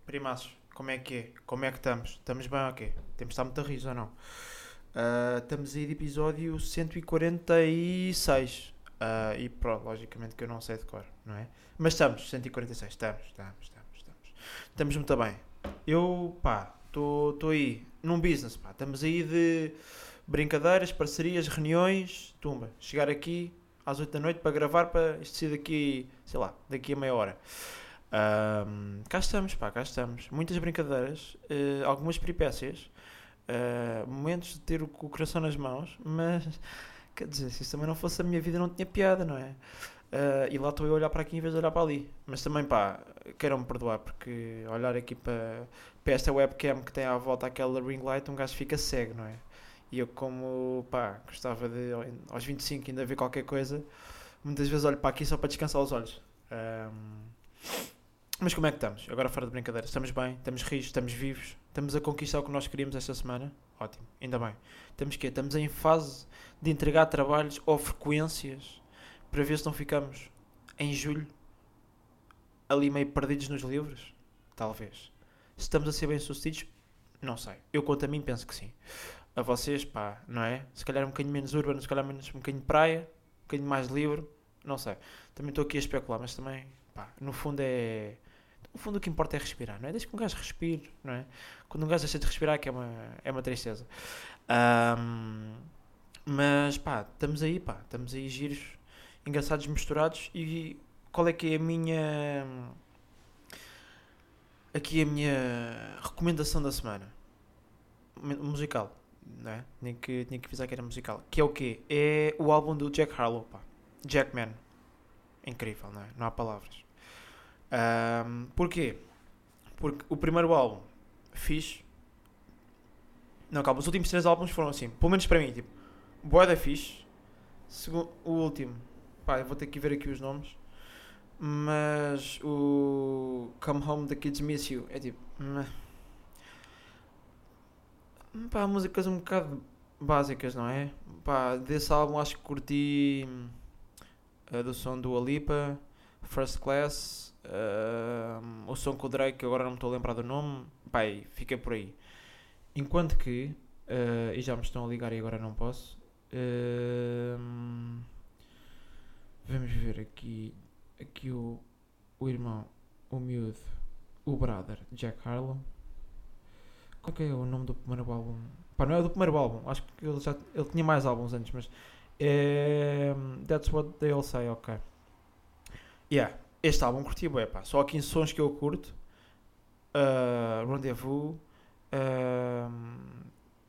Primaços, como é que é? Como é que estamos? Estamos bem ou quê? Temos de estar muito a rir ou não? Estamos aí de episódio 146. E pronto, logicamente que eu não sei de cor, não é? Mas estamos, 146, estamos. Estamos muito bem. Eu, pá, estou aí num business, pá. Estamos aí de brincadeiras, parcerias, reuniões, tumba. Chegar aqui às 8 da noite para gravar para isto ser daqui, sei lá, daqui a meia hora. Cá estamos, pá, cá estamos. Muitas brincadeiras, algumas peripécias, momentos de ter o coração nas mãos, mas quer dizer, se isso também não fosse a minha vida, não tinha piada, não é? E lá estou eu a olhar para aqui em vez de olhar para ali. Mas também, pá, queiram-me perdoar, porque olhar aqui para esta webcam que tem à volta aquela ring light, um gajo fica cego, não é? E eu, como, pá, gostava de aos 25 ainda ver qualquer coisa, muitas vezes olho para aqui só para descansar os olhos. Ahm, mas como é que estamos? Agora fora de brincadeira. Estamos bem? Estamos rios? Estamos vivos? Estamos a conquistar o que nós queríamos esta semana? Ótimo, ainda bem. Estamos quê? Estamos em fase de entregar trabalhos ou frequências para ver se não ficamos em julho ali meio perdidos nos livros? Talvez. Se estamos a ser bem sucedidos? Não sei. Eu quanto a mim penso que sim. A vocês, pá, não é? Se calhar um bocadinho menos urbano, se calhar menos um bocadinho de praia, um bocadinho mais livre, não sei. Também estou aqui a especular, mas também, pá, no fundo é. No fundo o que importa é respirar, não é? Desde que um gajo respire, não é? Quando um gajo deixa de respirar que é uma tristeza. Ahm, mas pá, estamos aí giros, engraçados, misturados e qual é que é a minha. Aqui a minha recomendação da semana? Musical, não é? Tinha que avisar que era musical. Que é o quê? É o álbum do Jack Harlow, pá. Jackman. Incrível, não é? Não há palavras. Porquê? Porque o primeiro álbum, fixe. Não, calma, os últimos três álbuns foram assim, pelo menos para mim, tipo, bué da fixe. O último, pá, eu vou ter que ver aqui os nomes. Mas o Come Home The Kids Miss You é tipo, pá, músicas um bocado básicas, não é? Pá, desse álbum acho que curti a do som do Alipa, First Class, o som com o Drake, que agora não me estou a lembrar do nome, pá, e fica por aí. Enquanto que, e já me estão a ligar e agora não posso, vamos ver aqui o irmão, o miúdo, o brother, Jack Harlow. Qual que é o nome do primeiro álbum? Pá, não é do primeiro álbum, acho que ele tinha mais álbuns antes, mas é, That's What They All Say, ok. Yeah, este álbum curti bué, pá, só há 15 sons que eu curto. Rendezvous, um,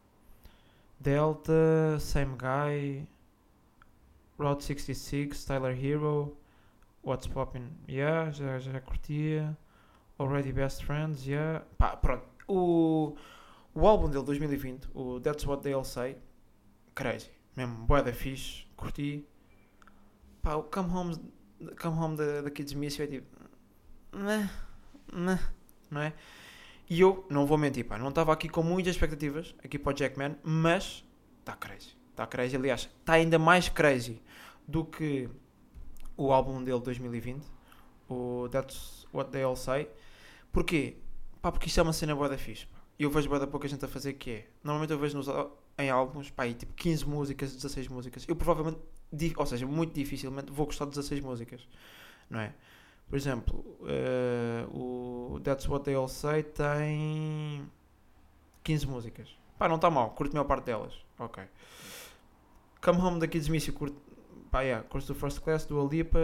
Delta, Same Guy, Route 66, Tyler Hero, What's Poppin', yeah, já curtia. Already Best Friends, yeah. Pá, pronto. O álbum dele, 2020, o That's What They All Say, crazy. Mesmo, bué da fixe, curti. Pá, o Come Home da Kids Miss é tipo... Meh, meh, não é? E eu, não vou mentir, pá, não estava aqui com muitas expectativas, aqui para o Jackman, mas está crazy. Está crazy, aliás, está ainda mais crazy do que o álbum dele de 2020, o That's What They All Say. Porquê? Pá, porque isto é uma cena boa da fixe, pá. E eu vejo boa da pouca gente a fazer que é. Normalmente eu vejo em álbuns, pá, aí, tipo 15 músicas, 16 músicas. Eu provavelmente, ou seja, muito dificilmente vou gostar de 16 músicas, não é? Por exemplo, o That's What They All Say tem 15 músicas. Pá, não está mal, curto a maior parte delas. Ok. Come Home da Kids Miss, curto, pá, yeah, curto do First Class, do Alipa,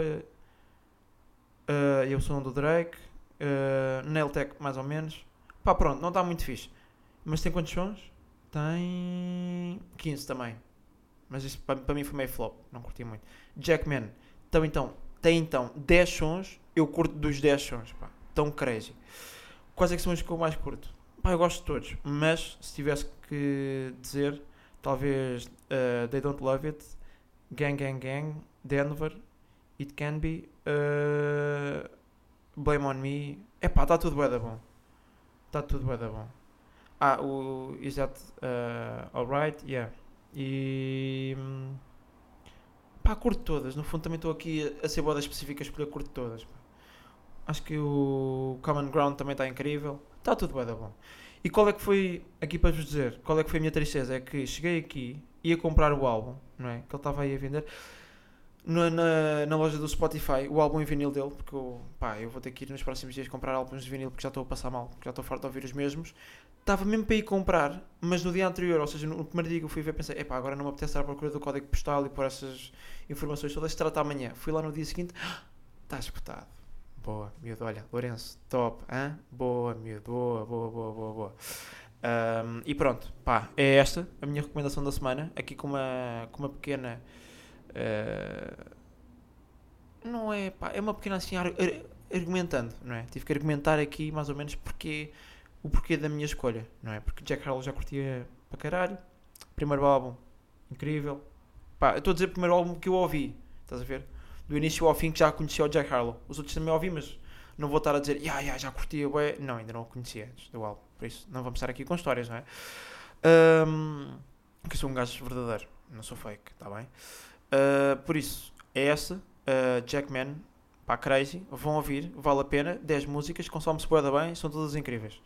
e o som do Drake, Nailtech mais ou menos. Pá, pronto, não está muito fixe. Mas tem quantos sons? Tem 15 também. Mas isso para mim foi meio flop, não curti muito. Jackman, tem então 10 sons, eu curto dos 10 sons, pá. Tão crazy. Quais é que são os que eu mais curto? Pá, eu gosto de todos, mas se tivesse que dizer, talvez They Don't Love It, Gang Gang Gang, Denver, It Can Be, Blame On Me. Epá, está tudo bué da bom. Está tudo bué da bom. O Is That Alright? Yeah. E pá, curto todas. No fundo também estou aqui a ser bodas específicas porque eu curto todas. Pá. Acho que o Common Ground também está incrível. Está tudo bem, da bom. E qual é que foi, aqui para vos dizer, qual é que foi a minha tristeza? É que cheguei aqui, ia comprar o álbum, não é? Que ele estava aí a vender. Na loja do Spotify, o álbum em vinil dele, porque eu vou ter que ir nos próximos dias comprar álbuns de vinil porque já estou a passar mal, porque já estou farto de ouvir os mesmos. Estava mesmo para ir comprar, mas no dia anterior, ou seja, no primeiro dia que eu fui ver, pensei, agora não me apetece estar à procura do código postal e por essas informações todas, trata amanhã. Fui lá no dia seguinte, está esgotado. Boa, miúdo, olha, Lourenço, top, hã? Boa, miúdo, boa, boa, boa, boa, boa. E pronto, é esta a minha recomendação da semana, aqui com uma pequena... não é, é uma pequena assim, argumentando, não é? Tive que argumentar aqui mais ou menos o porquê da minha escolha, não é? Porque Jack Harlow já curtia para caralho, primeiro álbum, incrível. Eu estou a dizer o primeiro álbum que eu ouvi, estás a ver? Do início ao fim que já conhecia o Jack Harlow. Os outros também ouvi, mas não vou estar a dizer, já curtia, ué. Não, ainda não o conhecia antes do álbum, por isso não vamos estar aqui com histórias, não é? Porque eu sou um gajo verdadeiro, não sou fake, está bem? Por isso, é essa. Jackman, crazy, vão ouvir, vale a pena, 10 músicas, consome-se bué da bem, são todas incríveis.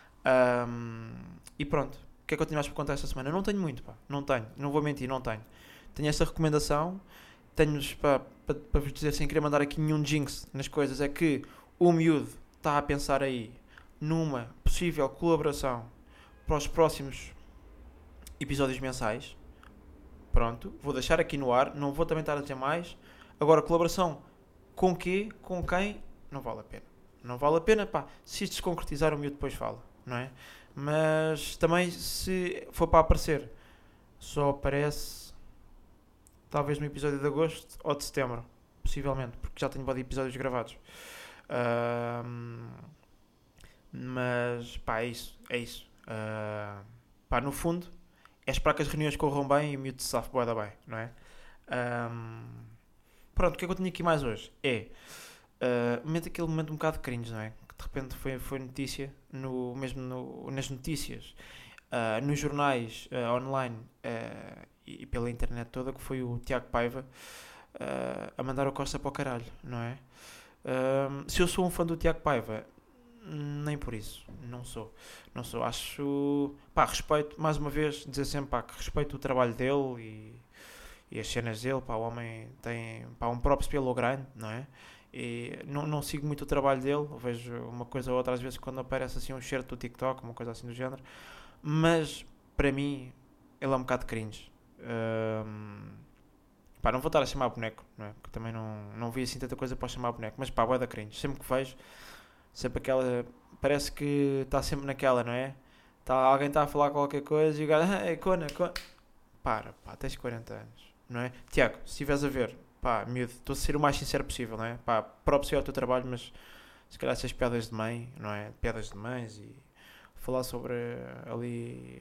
E pronto, o que é que eu tinha mais para contar esta semana? Eu não tenho muito, não tenho, não vou mentir, não tenho. Tenho esta recomendação, tenho-vos para vos dizer sem querer mandar aqui nenhum jinx nas coisas, é que o miúdo está a pensar aí numa possível colaboração para os próximos episódios mensais. Pronto, vou deixar aqui no ar, não vou também estar a dizer mais. Agora, colaboração com quê? Com quem? Não vale a pena. Não vale a pena, se isto se concretizar o miúdo depois fala, não é? Mas também se for para aparecer, só aparece talvez no episódio de agosto ou de setembro, possivelmente, porque já tenho body episódios gravados. Mas, é isso, é isso. No fundo, é esperar que as reuniões corram bem e o miúdo se safe bué da bem, não é? Pronto, o que é que eu tenho aqui mais hoje? Aquele momento um bocado cringe, não é? Que de repente foi notícia, nas notícias, nos jornais online e pela internet toda, que foi o Tiago Paiva a mandar o Costa para o caralho, não é? Se eu sou um fã do Tiago Paiva, nem por isso, não sou, acho, respeito, mais uma vez, dizer sempre, que respeito o trabalho dele e as cenas dele, o homem tem, um próprio pelo grande, não é? E não sigo muito o trabalho dele, vejo uma coisa ou outra às vezes quando aparece assim um certo do TikTok, uma coisa assim do género, mas para mim ele é um bocado cringe. Não vou estar a chamar boneco, não é? Porque também não vi assim tanta coisa para chamar boneco, mas bué da cringe, sempre que vejo, sempre aquela, parece que está sempre naquela, não é? Alguém está a falar qualquer coisa e o gajo, cona, tens 40 anos, não é? Tiago, se estiveres a ver, miúdo, estou a ser o mais sincero possível, não é? Próprio ao teu trabalho, mas se calhar essas piadas de mãe, não é? Piadas de mães e falar sobre ali...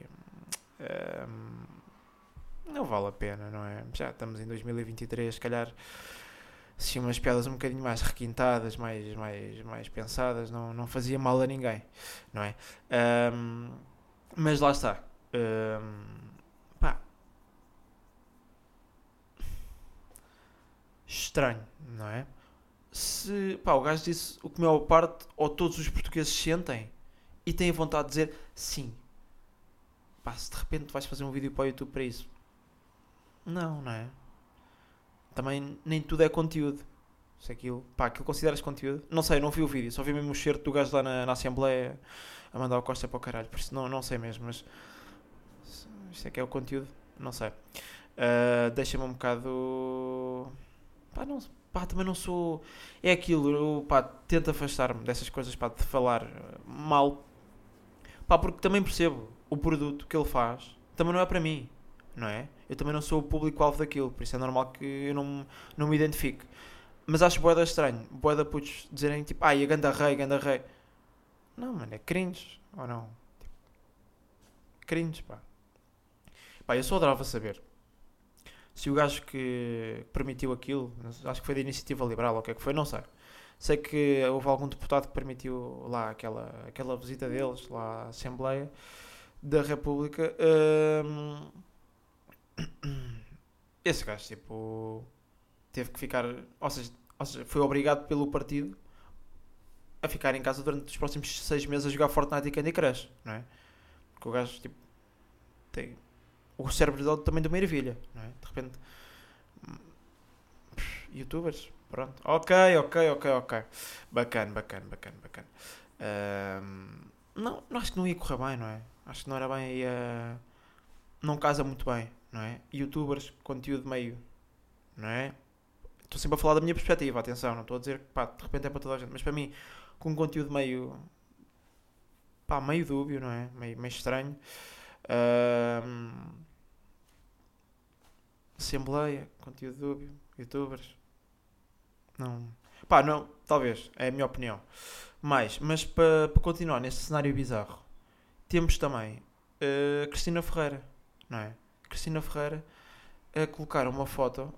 não vale a pena, não é? Já estamos em 2023, se calhar assim umas piadas um bocadinho mais requintadas, mais pensadas, não fazia mal a ninguém, não é? Mas lá está. Estranho, não é? Se o gajo disse o que a maior parte ou todos os portugueses sentem e têm vontade de dizer sim. Se de repente vais fazer um vídeo para o YouTube para isso, não é? Também nem tudo é conteúdo. Se aquilo consideras conteúdo, não sei, não vi o vídeo, só vi mesmo o certo do gajo lá na Assembleia a mandar o Costa para o caralho, por isso não sei mesmo, mas isto é que é o conteúdo, não sei. Deixa-me um bocado. Também não sou. É aquilo, eu tento afastar-me dessas coisas, de falar mal, porque também percebo o produto que ele faz, também não é para mim, não é? Eu também não sou o público-alvo daquilo, por isso é normal que eu não me identifique. Mas acho bué da estranho, bué da putos dizerem tipo, e a ganda rei. Não, mano, é cringe, ou não? Tipo, cringe, eu só adorava saber se o gajo que permitiu aquilo, acho que foi da Iniciativa Liberal ou o que é que foi, não sei. Sei que houve algum deputado que permitiu lá aquela visita deles lá à Assembleia da República. Esse gajo, tipo, teve que ficar, ou seja, foi obrigado pelo partido a ficar em casa durante os próximos 6 meses a jogar Fortnite e Candy Crush, não é? Porque o gajo, tipo, tem o cérebro dele também de uma ervilha, não é? De repente, youtubers, pronto. Ok, ok, ok, ok. Bacana, bacana, bacana, bacana. Não, acho que não ia correr bem, não é? Acho que não era bem, não casa muito bem, não é? Youtubers, conteúdo meio, não é? Estou sempre a falar da minha perspectiva, atenção, não estou a dizer que, pá, de repente é para toda a gente, mas para mim, com um conteúdo meio, pá, meio dúbio, não é? Meio estranho. Ahm, Assembleia, conteúdo dúbio, youtubers, não, pá, não, talvez, é a minha opinião. Mas para continuar neste cenário bizarro, temos também Cristina Ferreira, não é? Cristina Ferreira a colocar uma foto,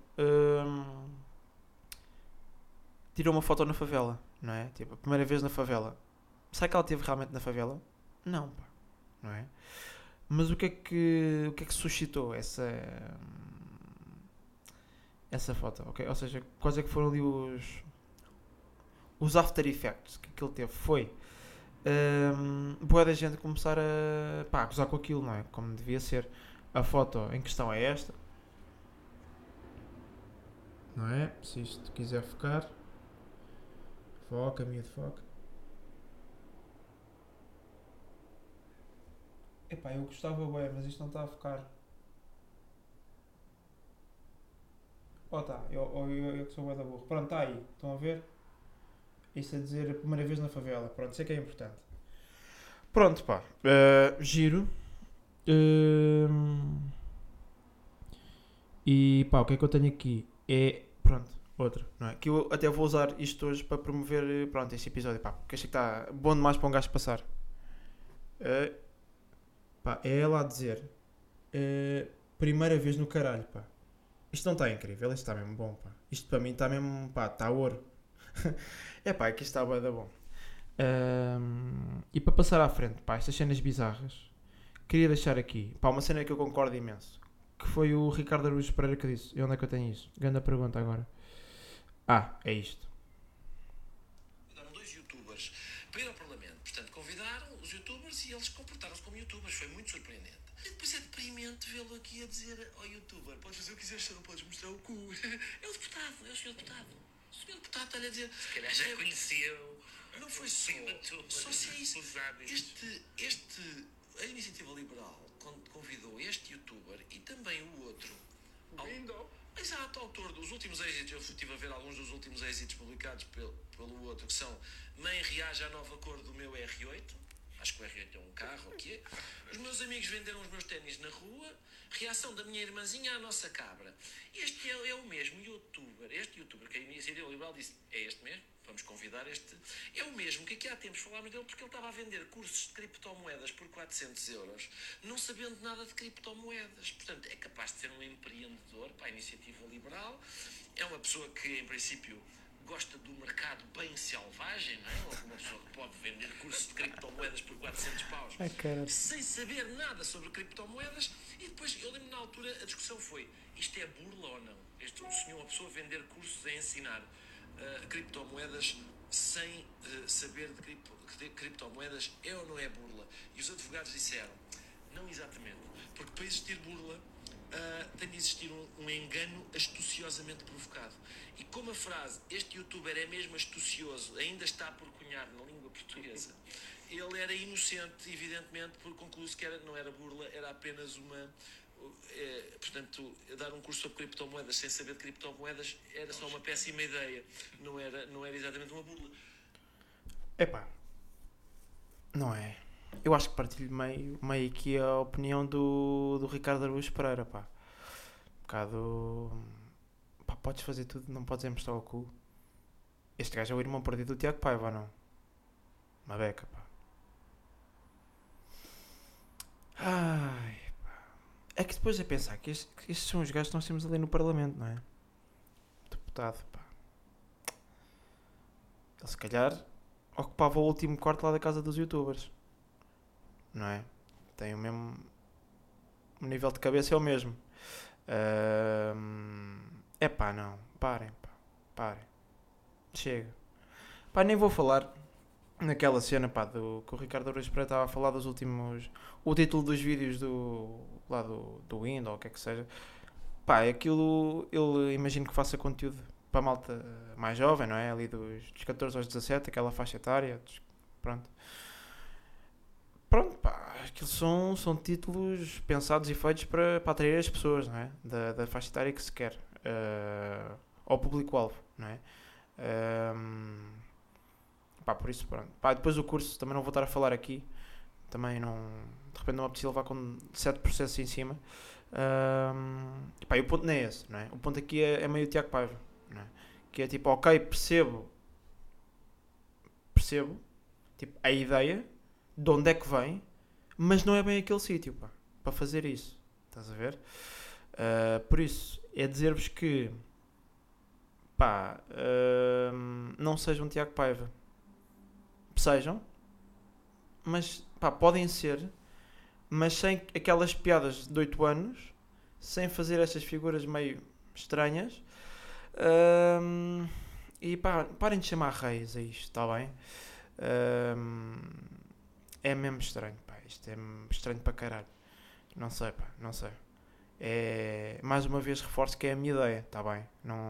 tirou uma foto na favela, não é? Tipo, a primeira vez na favela. Será que ela esteve realmente na favela? Não, pá, não é? Mas o que é que suscitou essa foto, ok? Ou seja, quais é que foram ali os after effects que aquilo teve? Foi boa da gente começar a gozar com aquilo, não é? Como devia ser. A foto em questão é esta, não é? Se isto quiser focar, foca, minha de foca. Epá, eu gostava bem, mas isto não está a focar. Oh tá, eu que sou bué da burro. Pronto, está aí, estão a ver? Isto a dizer a primeira vez na favela. Pronto, sei que é importante. Pronto, pá. Giro. Ehm, e pá, o que é que eu tenho aqui? É. Pronto, outra, não é? Que eu até vou usar isto hoje para promover, pronto, este episódio, pá. Porque achei que está bom demais para um gajo passar. Eh, Pá, é ela a dizer. Primeira vez no caralho, pá. Isto não está incrível, isto está mesmo bom, pá. Isto para mim está mesmo, pá, está ouro. É pá, aqui está bué da bom. E para passar à frente, pá, estas cenas bizarras, queria deixar aqui, pá, uma cena que eu concordo imenso, que foi o Ricardo Araújo Pereira que disse. E onde é que eu tenho isso? Grande pergunta agora. É isto. Convidaram dois youtubers para ir ao Parlamento. Portanto, convidaram os youtubers e eles comportaram-se como youtubers. Foi muito surpreendente. E depois é deprimente vê-lo aqui a dizer ao youtuber: podes fazer o que quiseres, só não podes mostrar o cu. É o deputado, é o senhor deputado. O senhor deputado está-lhe a dizer: se calhar já conheceu. Não foi só se é isso. A Iniciativa Liberal convidou este youtuber e também o outro. Exato, autor dos últimos êxitos. Eu estive a ver alguns dos últimos êxitos publicados pelo outro, que são: Mãe reage à nova cor do meu R8. Acho que o R8 é um carro, o quê? Os meus amigos venderam os meus ténis na rua. Reação da minha irmãzinha à nossa cabra. Este é o mesmo youtuber. Este youtuber que a Iniciativa Liberal disse: é este mesmo? Vamos convidar este. É o mesmo que aqui há tempos falámos dele, porque ele estava a vender cursos de criptomoedas por 400 euros, não sabendo nada de criptomoedas. Portanto, é capaz de ser um empreendedor para a Iniciativa Liberal. É uma pessoa que, em princípio, gosta do mercado bem selvagem, não é? Uma pessoa que pode vender cursos de criptomoedas por 400 paus, sem saber nada sobre criptomoedas. E depois, eu lembro na altura, a discussão foi: isto é burla ou não? Uma pessoa vender cursos a ensinar criptomoedas sem saber de criptomoedas, é ou não é burla? E os advogados disseram: não exatamente, porque para existir burla tem de existir um engano astuciosamente provocado. E como a frase "este youtuber é mesmo astucioso" ainda está por cunhar na língua portuguesa, ele era inocente, evidentemente, porque concluiu-se que não era burla, era apenas uma... portanto, dar um curso sobre criptomoedas sem saber de criptomoedas era só uma péssima ideia, não era exatamente uma burla. Epá, não é? Eu acho que partilho meio aqui a opinião do Ricardo Araújo Pereira, pá. Um bocado... Pá, podes fazer tudo, não podes emprestar o cu. Este gajo é o irmão perdido do Tiago Paiva, ou não? Uma beca, pá. Ai, pá. É que depois é pensar que estes são os gajos que nós temos ali no Parlamento, não é? Deputado, pá. Ele se calhar ocupava o último quarto lá da casa dos youtubers, não é? Tem o mesmo... O nível de cabeça é o mesmo. Não. Parem, pá. Parem. Chega. Pá, nem vou falar. naquela cena, pá, que o Ricardo Araújo Pereira estava a falar dos últimos... O título dos vídeos lá do Windows, ou o que é que seja. Pá, aquilo, ele imagino que faça conteúdo para a malta mais jovem, não é? Ali dos 14 aos 17, aquela faixa etária, pronto. Pronto, pá, aquilo são títulos pensados e feitos para atrair as pessoas, não é? Da faixa etária que se quer. Ao público-alvo, não é? Pá, por isso, pronto. Pá, depois o curso, também não vou estar a falar aqui. Também não... De repente não me apetece levar com 7 processos em cima. Pá, e o ponto não é esse, não é? O ponto aqui é meio Tiago Paiva, não é? Que é tipo, ok, percebo, tipo, a ideia, de onde é que vem, mas não é bem aquele sítio, pá, para fazer isso. Estás a ver? Por isso, é dizer-vos que, pá, não sejam Tiago Paiva. Sejam, mas, pá, podem ser, mas sem aquelas piadas de 8 anos, sem fazer estas figuras meio estranhas. E pá, parem de chamar reis a isto, está bem? É mesmo estranho, pá. Isto é estranho para caralho. Não sei, pá, não sei. Mais uma vez reforço que é a minha ideia, está bem?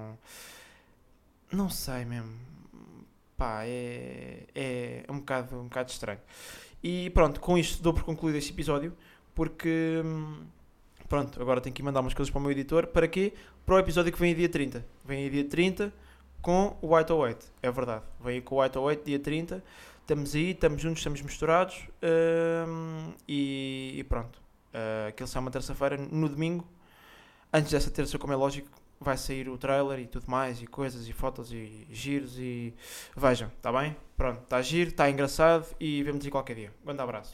Não sei mesmo. Pá, é um bocado estranho. E pronto, com isto dou por concluído este episódio, porque pronto, agora tenho que ir mandar umas coisas para o meu editor. Para quê? Para o episódio que vem dia 30. Vem aí dia 30 com o White ou White, é verdade. Vem aí com o White ou White dia 30. Estamos aí, estamos juntos, estamos misturados. E pronto. Aquilo sai uma terça-feira. No domingo, antes dessa terça, como é lógico, vai sair o trailer e tudo mais, e coisas, e fotos, e giros, e vejam, está bem? Pronto, está giro, está engraçado, e vemos aí qualquer dia. Um grande abraço.